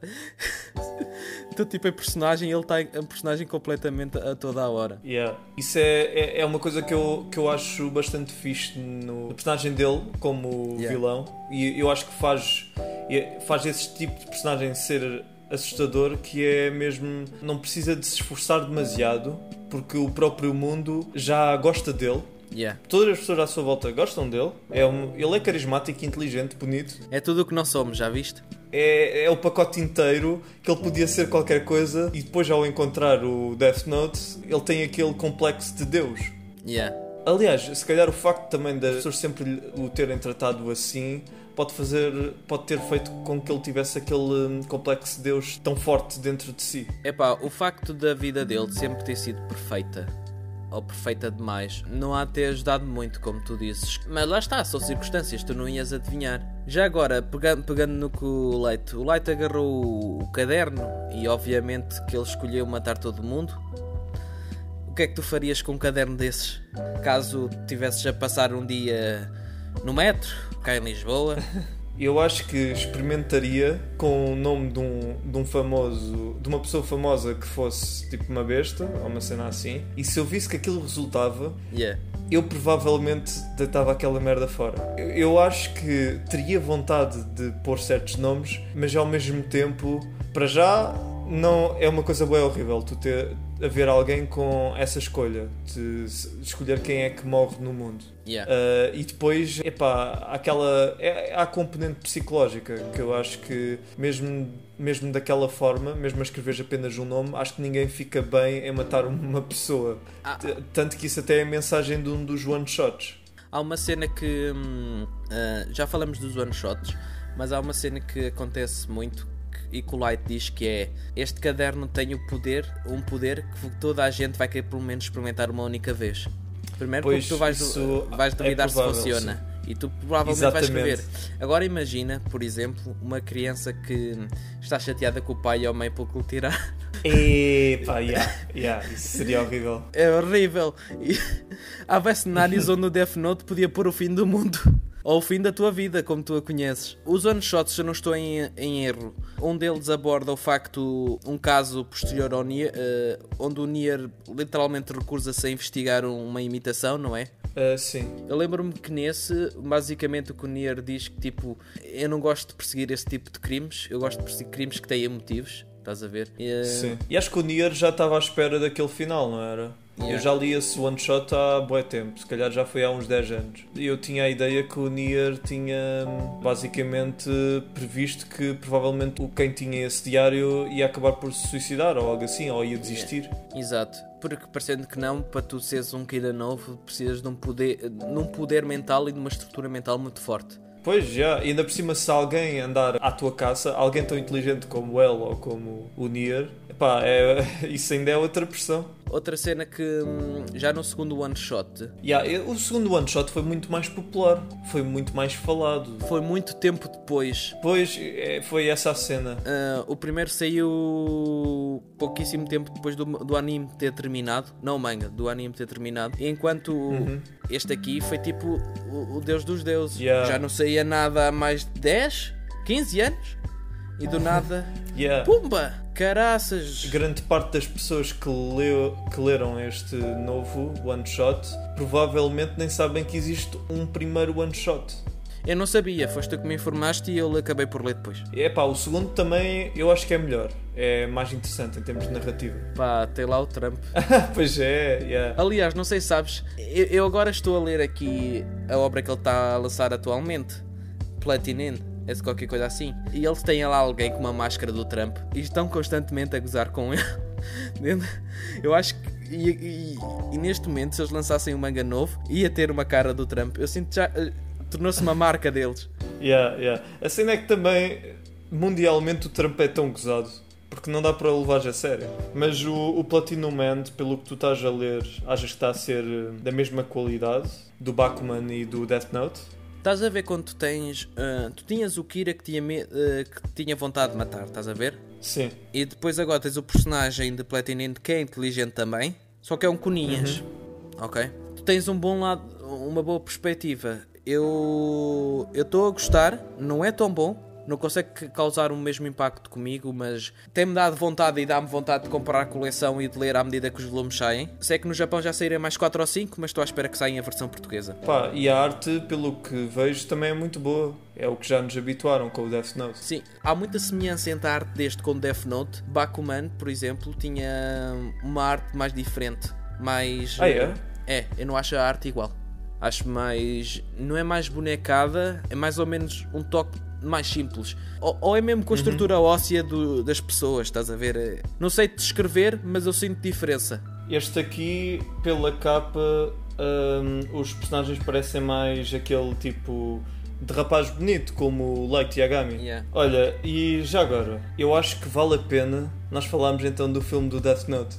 Então tipo, a personagem, ele está a personagem completamente a toda a hora. Yeah. Isso é, é, é uma coisa que eu, que eu acho bastante fixe no, no personagem dele como Yeah. vilão, e eu acho que faz, faz esse tipo de personagem ser assustador, que é mesmo, não precisa de se esforçar demasiado, porque o próprio mundo já gosta dele. Yeah. Todas as pessoas à sua volta gostam dele. É um, ele é carismático, inteligente, bonito. É tudo o que não somos, já viste? É, é o pacote inteiro, que ele podia ser qualquer coisa, e depois ao encontrar o Death Note, ele tem aquele complexo de Deus. Yeah. Aliás, se calhar o facto também das pessoas sempre o terem tratado assim pode fazer, pode ter feito com que ele tivesse aquele complexo de Deus tão forte dentro de si. Epá, o facto da vida dele sempre ter sido perfeita, ou perfeita demais, não há de ter ajudado muito, como tu dizes. Mas lá está, são circunstâncias, tu não ias adivinhar. Já agora, pegando, pegando no que o Leite, o Leite agarrou o caderno e obviamente que ele escolheu matar todo mundo. O que é que tu farias com um caderno desses? Caso tivesses a passar um dia no metro, cá em Lisboa. Eu acho que experimentaria com o nome de um, de um famoso, de uma pessoa famosa que fosse tipo uma besta, ou uma cena assim, e se eu visse que aquilo resultava, Yeah. eu provavelmente deitava aquela merda fora. Eu, eu acho que teria vontade de pôr certos nomes, mas ao mesmo tempo, para já, não é uma coisa bem horrível tu ter haver alguém com essa escolha de escolher quem é que morre no mundo. Yeah. Uh, e depois, epá, aquela, é, há a componente psicológica que eu acho que mesmo, mesmo daquela forma, mesmo a escreveres apenas um nome, acho que ninguém fica bem em matar uma pessoa. Ah. Tanto que isso até é a mensagem de um dos one-shots. Há uma cena que hum, uh, já falamos dos one-shots, mas há uma cena que acontece muito e que o Light diz, que é: este caderno tem o poder, um poder que toda a gente vai querer pelo menos experimentar uma única vez. Primeiro, pois, porque tu vais, vais duvidar é se funciona, sim. E tu provavelmente Exatamente. vais escrever. Agora imagina, por exemplo, uma criança que está chateada com o pai ou a mãe por lhe tirar. Epá, yeah, yeah, isso seria horrível. É horrível. E há cenários onde o Death Note podia pôr o fim do mundo. Ou o fim da tua vida, como tu a conheces. Os one-shots, eu não estou em, em erro. Um deles aborda o facto, um caso posterior ao Nier, uh, onde o Nier literalmente recusa-se a investigar uma imitação, não é? Uh, sim. Eu lembro-me que nesse, basicamente o que o Nier diz que tipo, eu não gosto de perseguir esse tipo de crimes, eu gosto de perseguir crimes que têm motivos, estás a ver? E, sim. E acho que o Nier já estava à espera daquele final, não era? Yeah. Eu já li esse one shot há bué tempo, se calhar já foi há uns dez anos. E eu tinha a ideia que o Nier tinha basicamente previsto que provavelmente o quem tinha esse diário ia acabar por se suicidar ou algo assim, ou ia desistir. Yeah. Exato, porque parecendo que não, para tu seres um Kira novo precisas de um poder, de um poder mental e de uma estrutura mental muito forte. Pois, já, e ainda por cima, se alguém andar à tua caça, alguém tão inteligente como ele ou como o Nier, epá, é, isso ainda é outra pressão. Outra cena que hum, já no segundo one shot, yeah, o segundo one shot foi muito mais popular, foi muito mais falado, foi muito tempo depois. Pois, é, foi essa a cena. Uh, o primeiro saiu pouquíssimo tempo depois do, do anime ter terminado, não o manga, do anime ter terminado, enquanto uhum. este aqui foi tipo o, o Deus dos deuses. Yeah. Já não saía nada há mais de dez, quinze anos e do nada, yeah. pumba! Caraças! Grande parte das pessoas que, leu, que leram este novo one shot provavelmente nem sabem que existe um primeiro one shot. Eu não sabia, foste tu que me informaste e eu acabei por ler depois. É pá, o segundo também eu acho que é melhor, é mais interessante em termos de narrativa. Pá, tem lá o Trump. Pois é, yeah. Aliás, não sei se sabes, eu, eu agora estou a ler aqui a obra que ele está a lançar atualmente, Platinum. É qualquer coisa assim. E eles têm lá alguém com uma máscara do Trump e estão constantemente a gozar com ele. Eu acho que e, e, e neste momento, se eles lançassem um manga novo, ia ter uma cara do Trump. Eu sinto que já uh, tornou-se uma marca deles. Yeah, yeah. A cena é que também mundialmente o Trump é tão gozado porque não dá para levar a sério. Mas o, o Platinum Man, pelo que tu estás a ler, achas que está a ser da mesma qualidade do Bakuman e do Death Note? Estás a ver quando tu tens... Uh, tu tinhas o Kira que tinha, me, uh, que tinha vontade de matar, estás a ver? Sim. E depois agora tens o personagem de Platinum que é inteligente também, só que é um coninhas. Uhum. Ok? Tu tens um bom lado, uma boa perspectiva. Eu estou a gostar, não é tão bom, não consegue causar o mesmo impacto comigo, mas tem-me dado vontade e dá-me vontade de comprar a coleção e de ler à medida que os volumes saem. Sei que no Japão já saírem mais quatro ou cinco, mas estou à espera que saia a versão portuguesa. Pá, e a arte, pelo que vejo, também é muito boa. É o que já nos habituaram com o Death Note. Sim, há muita semelhança entre a arte deste com o Death Note. Bakuman, por exemplo, tinha uma arte mais diferente, mais... Ah, é? É, eu não acho a arte igual. Acho mais... não é mais bonecada, é mais ou menos um toque mais simples. Ou, ou é mesmo com a estrutura uhum. óssea do, das pessoas, estás a ver? Não sei te descrever, mas eu sinto diferença. Este aqui, pela capa, um, os personagens parecem mais aquele tipo de rapaz bonito, como o Light Yagami. Yeah. Olha, e já agora, eu acho que vale a pena nós falarmos então do filme do Death Note.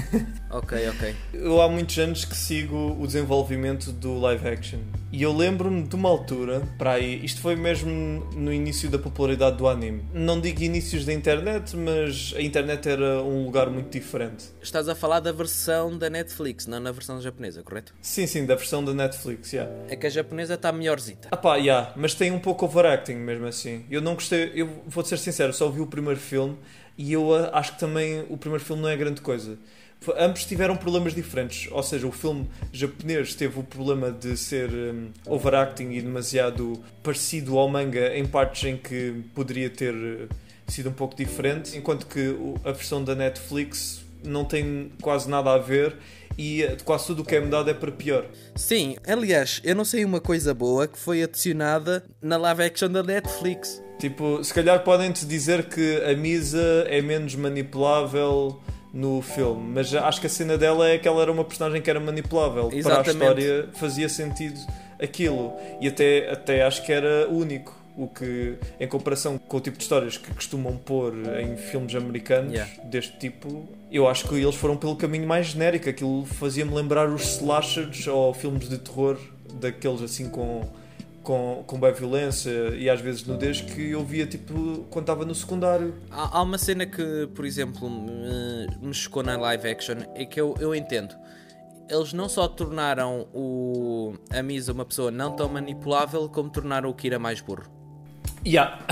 Ok, ok. Eu há muitos anos que sigo o desenvolvimento do live action. E eu lembro-me de uma altura, para aí, isto foi mesmo no início da popularidade do anime. Não digo inícios da internet, mas a internet era um lugar muito diferente. Estás a falar da versão da Netflix, não na versão japonesa, correto? Sim, sim, da versão da Netflix, já. Yeah. É que a japonesa está melhorzita. Ah pá, já, yeah, mas tem um pouco overacting mesmo assim. Eu não gostei, eu vou ser sincero, só vi o primeiro filme e eu acho que também o primeiro filme não é grande coisa. Ambos tiveram problemas diferentes, ou seja, o filme japonês teve o problema de ser um, overacting e demasiado parecido ao manga em partes em que poderia ter sido um pouco diferente, enquanto que a versão da Netflix não tem quase nada a ver e quase tudo o que é mudado é para pior. Sim, aliás, eu não sei uma coisa boa que foi adicionada na live action da Netflix. Tipo, se calhar podem-te dizer que a Misa é menos manipulável no filme, mas acho que a cena dela é que ela era uma personagem que era manipulável. Exatamente. Para a história fazia sentido aquilo e até, até acho que era único, o que em comparação com o tipo de histórias que costumam pôr em filmes americanos, yeah, deste tipo, eu acho que eles foram pelo caminho mais genérico. Aquilo fazia-me lembrar os slashers ou filmes de terror daqueles assim com Com, com bem violência e às vezes nudez que eu via tipo quando estava no secundário. Há, há uma cena que, por exemplo, me, me chocou na live action, é que eu, eu entendo. Eles não só tornaram o, a Misa uma pessoa não tão manipulável, como tornaram o Kira mais burro. Yeah.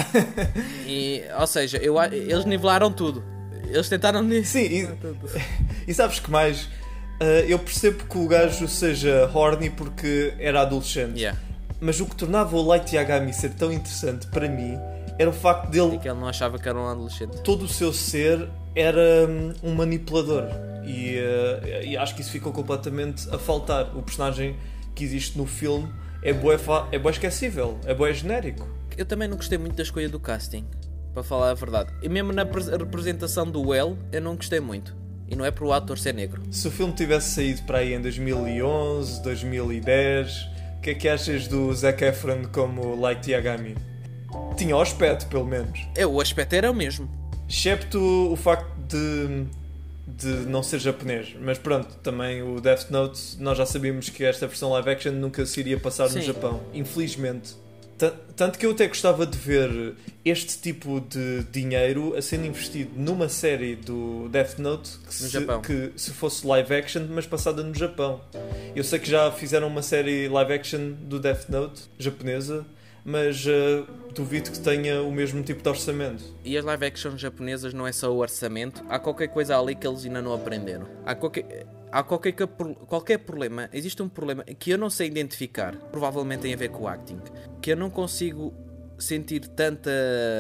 E, ou seja, eu, eles nivelaram tudo. Eles tentaram nivelar. Sim, e, e sabes que mais? Uh, eu percebo que o gajo seja horny porque era adolescente. Yeah. Mas o que tornava o Light Yagami ser tão interessante para mim era o facto dele... É que ele não achava que era um adolescente. Todo o seu ser era um manipulador. E, uh, e acho que isso ficou completamente a faltar. O personagem que existe no filme é bué, fa- é bué esquecível, é bué genérico. Eu também não gostei muito da escolha do casting, para falar a verdade. E mesmo na pre- representação do Well, eu não gostei muito. E não é por o ator ser negro. Se o filme tivesse saído para aí em dois mil e onze, dois mil e dez... O que é que achas do Zac Efron como Light Yagami? Tinha o aspecto, pelo menos. É, o aspecto era o mesmo. Excepto o facto de, de não ser japonês. Mas pronto, também o Death Note, nós já sabíamos que esta versão live action nunca se iria passar Sim. no Japão. Infelizmente. T- tanto que eu até gostava de ver este tipo de dinheiro a sendo investido numa série do Death Note que, se, que se fosse live action, mas passada no Japão. Eu sei que já fizeram uma série live action do Death Note japonesa, mas uh, duvido que tenha o mesmo tipo de orçamento. E as live action japonesas não é só o orçamento, há qualquer coisa ali que eles ainda não aprenderam. Há qualquer... Há qualquer, qualquer problema, existe um problema que eu não sei identificar, provavelmente tem a ver com o acting, que eu não consigo sentir tanta,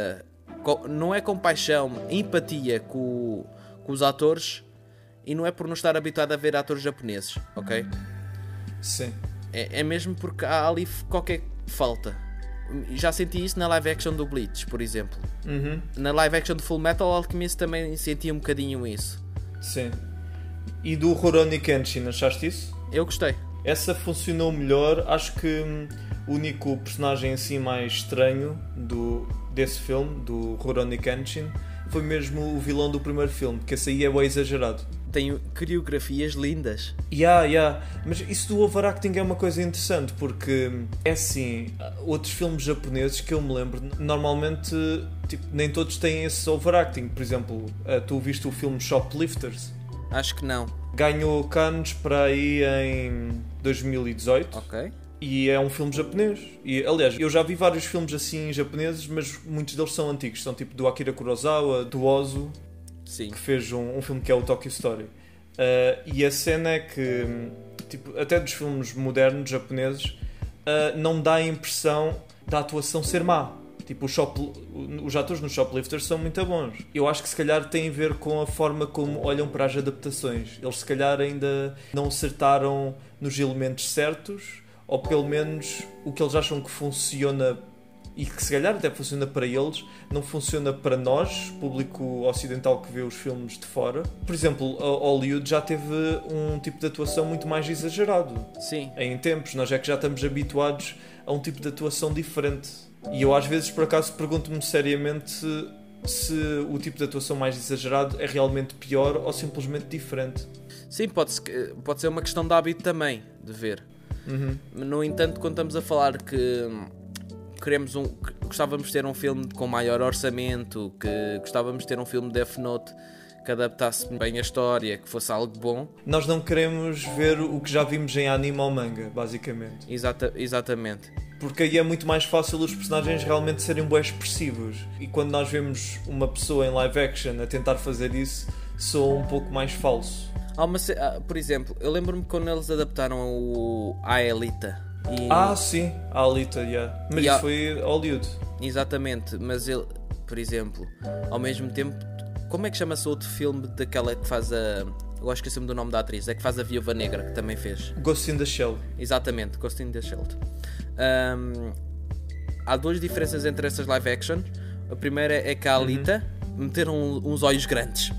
não é compaixão, empatia com, com os atores, e não é por não estar habituado a ver atores japoneses, ok? Sim. É, é mesmo porque há ali qualquer falta. Já senti isso na live action do Bleach, por exemplo. Uhum. Na live action do Full Metal Alchemist também senti um bocadinho isso. Sim. E do Rurouni Kenshin, achaste isso? Eu gostei. Essa funcionou melhor. Acho que hum, o único personagem assim mais estranho do, desse filme, do Rurouni Kenshin, foi mesmo o vilão do primeiro filme, que esse aí é bem exagerado. Tem coreografias lindas. Yeah, yeah. Mas isso do overacting é uma coisa interessante, porque é assim, outros filmes japoneses que eu me lembro, normalmente tipo, nem todos têm esse overacting. Por exemplo, tu viste o filme Shoplifters? Acho que não. Ganhou Cannes para aí em dois mil e dezoito. Ok. E é um filme japonês. E, aliás, eu já vi vários filmes assim japoneses, mas muitos deles são antigos. São tipo do Akira Kurosawa, do Ozu. Sim. Que fez um, um filme que é o Tokyo Story. Uh, e a cena é que, tipo, até dos filmes modernos japoneses, uh, não dá a impressão da atuação ser má. Tipo, o shop, os atores nos Shoplifters são muito bons. Eu acho que se calhar tem a ver com a forma como olham para as adaptações. Eles se calhar ainda não acertaram nos elementos certos, ou pelo menos o que eles acham que funciona e que se calhar até funciona para eles, não funciona para nós, público ocidental que vê os filmes de fora. Por exemplo, a Hollywood já teve um tipo de atuação muito mais exagerado. Sim. Em tempos, nós é que já estamos habituados a um tipo de atuação diferente. E eu às vezes, por acaso, pergunto-me seriamente se, se o tipo de atuação mais exagerado é realmente pior ou simplesmente diferente. Sim, pode, pode ser uma questão de hábito também, de ver. Uhum. No entanto, quando estamos a falar que queremos um, que gostávamos de ter um filme com maior orçamento, que gostávamos de ter um filme de Death Note que adaptasse bem a história, que fosse algo bom. Nós não queremos ver o que já vimos em anime ou manga, basicamente. Exata, exatamente. Porque aí é muito mais fácil os personagens realmente serem bem expressivos. E quando nós vemos uma pessoa em live action a tentar fazer isso, soa um pouco mais falso. Há uma, por exemplo, eu lembro-me quando eles adaptaram o A Elita. E... Ah, sim, a Alita, yeah. Mas E isso a... foi Hollywood. Exatamente, mas ele, por exemplo, ao mesmo tempo, como é que chama-se outro filme daquela que faz a... Eu acho que esqueci-me do nome da atriz, é que faz a Viúva Negra, que também fez. Ghost in the Shell. Exatamente, Ghost in the Shell. Um, há duas diferenças entre essas live action. A primeira é que a Alita uhum. meteram uns olhos grandes.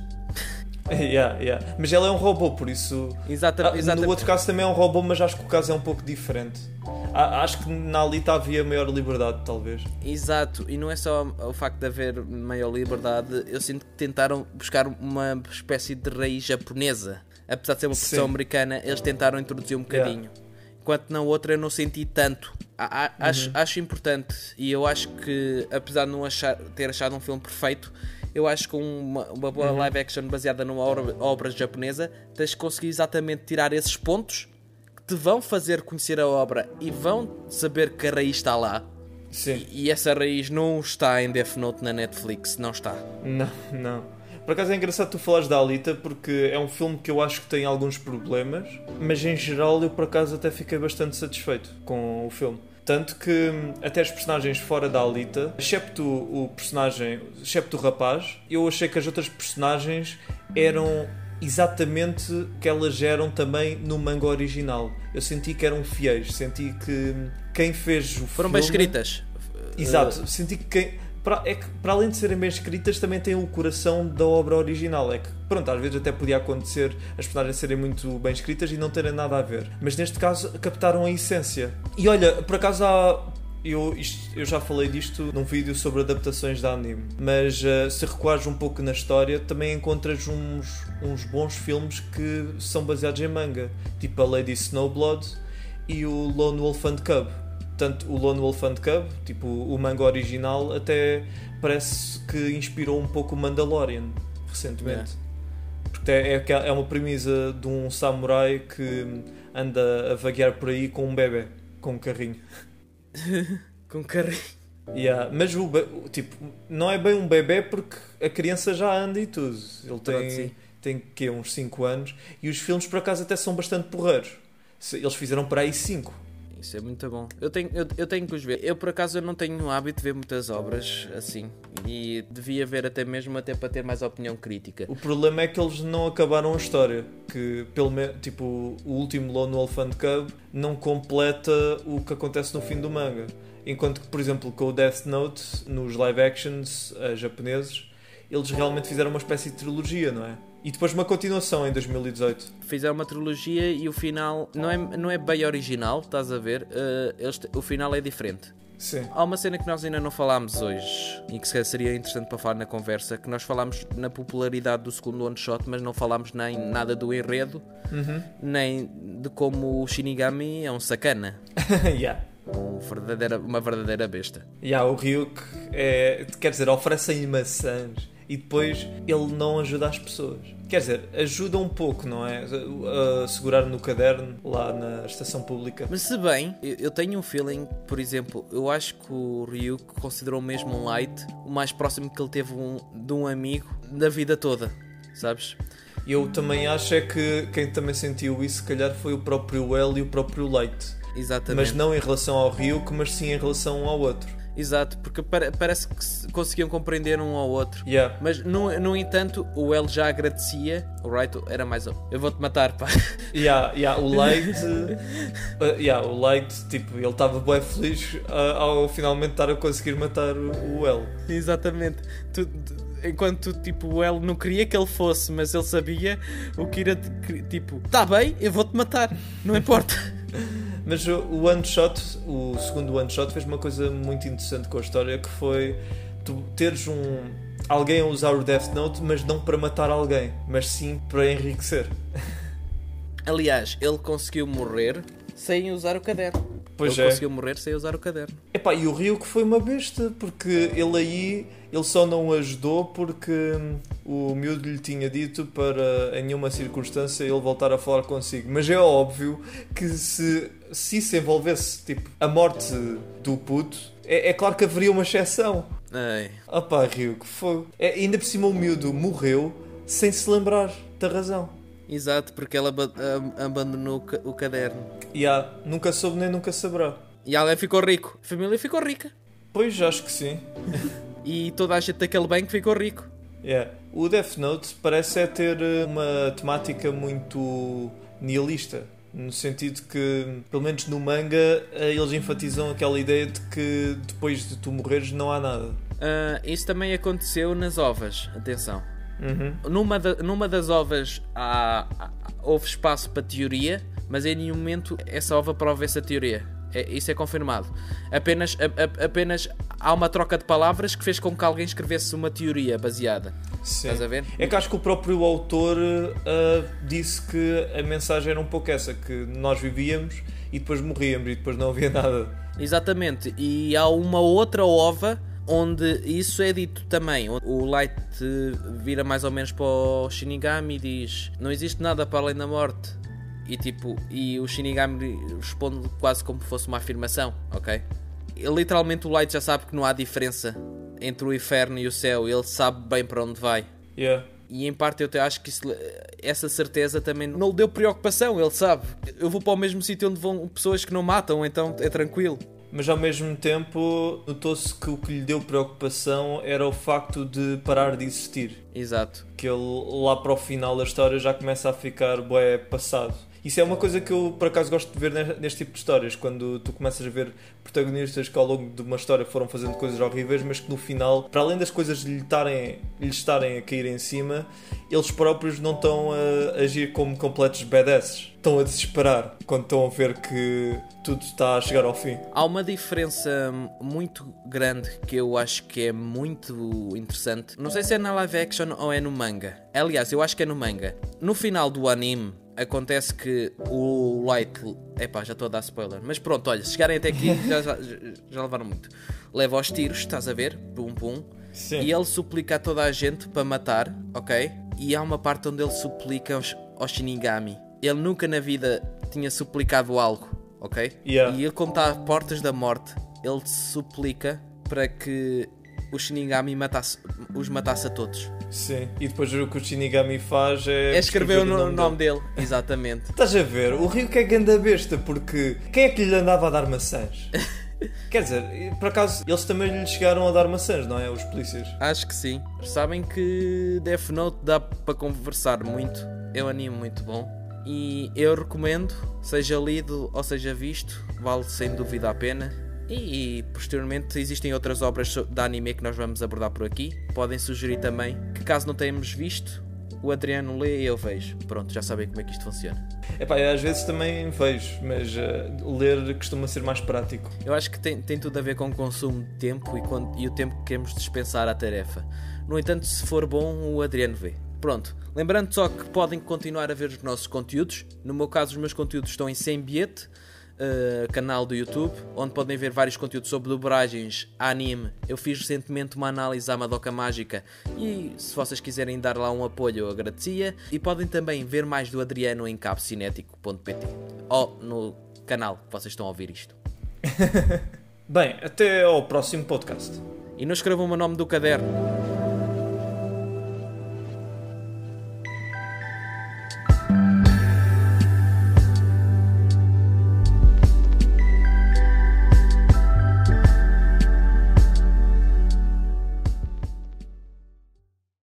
Yeah, yeah. Mas ela é um robô, por isso. Exata, ah, exatamente. No outro caso também é um robô, mas acho que o caso é um pouco diferente. Ah, acho que na Alita havia maior liberdade, talvez. Exato, e não é só o facto de haver maior liberdade, eu sinto que tentaram buscar uma espécie de raiz japonesa. Apesar de ser uma produção Sim. americana, eles tentaram introduzir um bocadinho. Yeah. Enquanto na outra eu não senti tanto. A, a, acho, uhum. acho importante, e eu acho que, apesar de não achar, ter achado um filme perfeito, eu acho que uma, uma boa uhum. live action baseada numa obra, obra japonesa, tens de conseguir exatamente tirar esses pontos que te vão fazer conhecer a obra e vão saber que a raiz está lá. Sim. E, e essa raiz não está em Death Note na Netflix, não está. Não, não. Por acaso é engraçado tu falares da Alita, porque é um filme que eu acho que tem alguns problemas, mas em geral eu por acaso até fiquei bastante satisfeito com o filme. Tanto que até os personagens fora da Alita, excepto o personagem, excepto o rapaz, eu achei que as outras personagens eram exatamente o que elas eram também no manga original. Eu senti que eram fiéis, senti que quem fez o Foram filme... bem escritas. Exato, senti que quem... Para, é que, para além de serem bem escritas, também têm o coração da obra original. É que, pronto, às vezes até podia acontecer as personagens serem muito bem escritas e não terem nada a ver. Mas neste caso, captaram a essência. E olha, por acaso há... Eu, isto, eu já falei disto num vídeo sobre adaptações de anime. Mas uh, se recuares um pouco na história, também encontras uns, uns bons filmes que são baseados em manga. Tipo a Lady Snowblood e o Lone Wolf and Cub. Tanto o Lone Wolf and Cub, tipo o manga original, até parece que inspirou um pouco o Mandalorian recentemente. Yeah. Porque é, é uma premissa de um samurai que anda a vaguear por aí com um bebê, com um carrinho. Com um carrinho. Yeah. Mas o tipo, não é bem um bebê porque a criança já anda e tudo. Ele tem, tem que, uns cinco anos e os filmes por acaso até são bastante porreiros. Eles fizeram para aí cinco. Isso é muito bom. Eu tenho, eu, eu tenho que os ver. Eu, por acaso, eu não tenho o hábito de ver muitas obras assim. E devia ver até mesmo até para ter mais opinião crítica. O problema é que eles não acabaram a história. Que, pelo menos, tipo, o último Lone Wolf and Cub não completa o que acontece no fim do manga. Enquanto que, por exemplo, com o Death Note, nos live actions uh, japoneses, eles realmente fizeram uma espécie de trilogia, não é? E depois uma continuação em dois mil e dezoito. Fizeram uma trilogia e o final não é, não é bem original, estás a ver? Uh, eles, o final é diferente. Sim. Há uma cena que nós ainda não falámos hoje e que se calhar seria interessante para falar na conversa, que nós falámos na popularidade do segundo one shot, mas não falámos nem nada do enredo, uhum. nem de como o Shinigami é um sacana. yeah. Um verdadeira, uma verdadeira besta. Yeah, o Ryuk é, quer dizer, oferecem maçãs e depois ele não ajuda as pessoas. Quer dizer, ajuda um pouco, não é? A segurar no caderno lá na estação pública. Mas se bem, eu tenho um feeling, por exemplo, eu acho que o Ryuk considerou mesmo um Light o mais próximo que ele teve um, de um amigo da vida toda, sabes? Eu também acho é que quem também sentiu isso, se calhar, foi o próprio L e o próprio Light. Exatamente. Mas não em relação ao Ryuk, mas sim em relação um ao outro. Exato, porque parece que conseguiam compreender um ao outro. Yeah. Mas, no, no entanto, o L já agradecia. O Right era mais... Eu vou-te matar, pá. Yeah, yeah, o Light... uh, yeah, o Light, tipo, ele estava bem feliz uh, ao finalmente estar a conseguir matar o, o L. Exatamente. Tu, enquanto, tipo, o L não queria que ele fosse, mas ele sabia o que era, tipo... Tá bem, eu vou-te matar. Não importa. Mas o One Shot, o segundo One Shot, fez uma coisa muito interessante com a história, que foi tu teres um, alguém a usar o Death Note, mas não para matar alguém, mas sim para enriquecer. Aliás, ele conseguiu morrer sem usar o caderno. Pois ele é. conseguiu morrer sem usar o caderno. Epá, e o Ryuk foi uma besta, porque ele aí, ele só não ajudou porque o miúdo lhe tinha dito para em nenhuma circunstância ele voltar a falar consigo. Mas é óbvio que se, se isso envolvesse tipo, a morte do puto, é, é claro que haveria uma exceção. Ei. Opá, Ryuk, foi. É, ainda por cima o miúdo morreu sem se lembrar da razão. Exato, porque ela ab- ab- abandonou o, ca- o caderno. E yeah, nunca soube nem nunca saberá. E alguém ficou rico. A família ficou rica. Pois, acho que sim. E toda a gente daquele banco ficou rico. Yeah. O Death Note parece é ter uma temática muito nihilista. No sentido que, pelo menos no manga, eles enfatizam aquela ideia de que depois de tu morreres não há nada. Uh, isso também aconteceu nas ovas. Atenção. Uhum. Numa, da, numa das ovas há, há, houve espaço para teoria, mas em nenhum momento essa ova prova essa teoria. É, isso é confirmado. Apenas, a, a, apenas há uma troca de palavras que fez com que alguém escrevesse uma teoria baseada. Sim. Estás a ver? É que acho que o próprio autor uh, disse que a mensagem era um pouco essa, que nós vivíamos e depois morríamos e depois não havia nada. Exatamente. E há uma outra ova onde isso é dito também. O Light vira mais ou menos para o Shinigami e diz: não existe nada para além da morte. E tipo, e o Shinigami responde quase como se fosse uma afirmação, ok? Literalmente o Light já sabe que não há diferença entre o inferno e o céu. Ele sabe bem para onde vai. Yeah. E em parte eu acho que isso, essa certeza também não lhe deu preocupação. Ele sabe, eu vou para o mesmo sítio onde vão pessoas que não matam, então é tranquilo. Mas ao mesmo tempo notou-se que o que lhe deu preocupação era o facto de parar de existir. Exato. Que ele lá para o final da história já começa a ficar bué passado. Isso é uma coisa que eu por acaso gosto de ver neste tipo de histórias, quando tu começas a ver protagonistas que ao longo de uma história foram fazendo coisas horríveis, mas que no final, para além das coisas lhe estarem, lhe estarem a cair em cima, eles próprios não estão a agir como completos badasses. Estão a desesperar quando estão a ver que tudo está a chegar ao fim. Há uma diferença muito grande que eu acho que é muito interessante. Não sei se é na live action ou é no manga. Aliás, eu acho que é no manga. No final do anime acontece que o Light... Epá, já estou a dar spoiler. Mas pronto, olha, se chegarem até aqui já, já, já levaram muito. Leva aos tiros, estás a ver? Pum, pum. Sim. E ele suplica a toda a gente para matar, ok? E há uma parte onde ele suplica aos, aos Shinigami. Ele nunca na vida tinha suplicado algo, ok? Yeah. E ele, como está a portas da morte, ele suplica para que o Shinigami matasse, os matasse a todos. Sim, e depois o que o Shinigami faz é... É escrever o nome, nome dele. dele. Exatamente. Estás a ver? O Ryuk é ganda besta, porque quem é que lhe andava a dar maçãs? Quer dizer, por acaso, eles também lhe chegaram a dar maçãs, não é? Os polícias. Acho que sim. Sabem que Death Note dá para conversar muito. É um anime muito bom. E eu recomendo, seja lido ou seja visto, vale sem dúvida a pena. E, e posteriormente existem outras obras de anime que nós vamos abordar por aqui. Podem sugerir também que, caso não tenhamos visto, o Adriano lê e eu vejo. Pronto, já sabem como é que isto funciona. Epá, eu às vezes também vejo, mas uh, ler costuma ser mais prático. Eu acho que tem, tem tudo a ver com o consumo de tempo e, com, e o tempo que queremos dispensar à tarefa. No entanto, se for bom, o Adriano vê. Pronto, lembrando só que podem continuar a ver os nossos conteúdos. No meu caso, os meus conteúdos estão em Sem Bilhete, uh, canal do YouTube, onde podem ver vários conteúdos sobre dobragens, anime. Eu fiz recentemente uma análise à Madoka Mágica e se vocês quiserem dar lá um apoio, eu agradecia. E podem também ver mais do Adriano em cabo cinético ponto pt ou no canal que vocês estão a ouvir isto. Bem, até ao próximo podcast. E não escrevam o meu nome do caderno.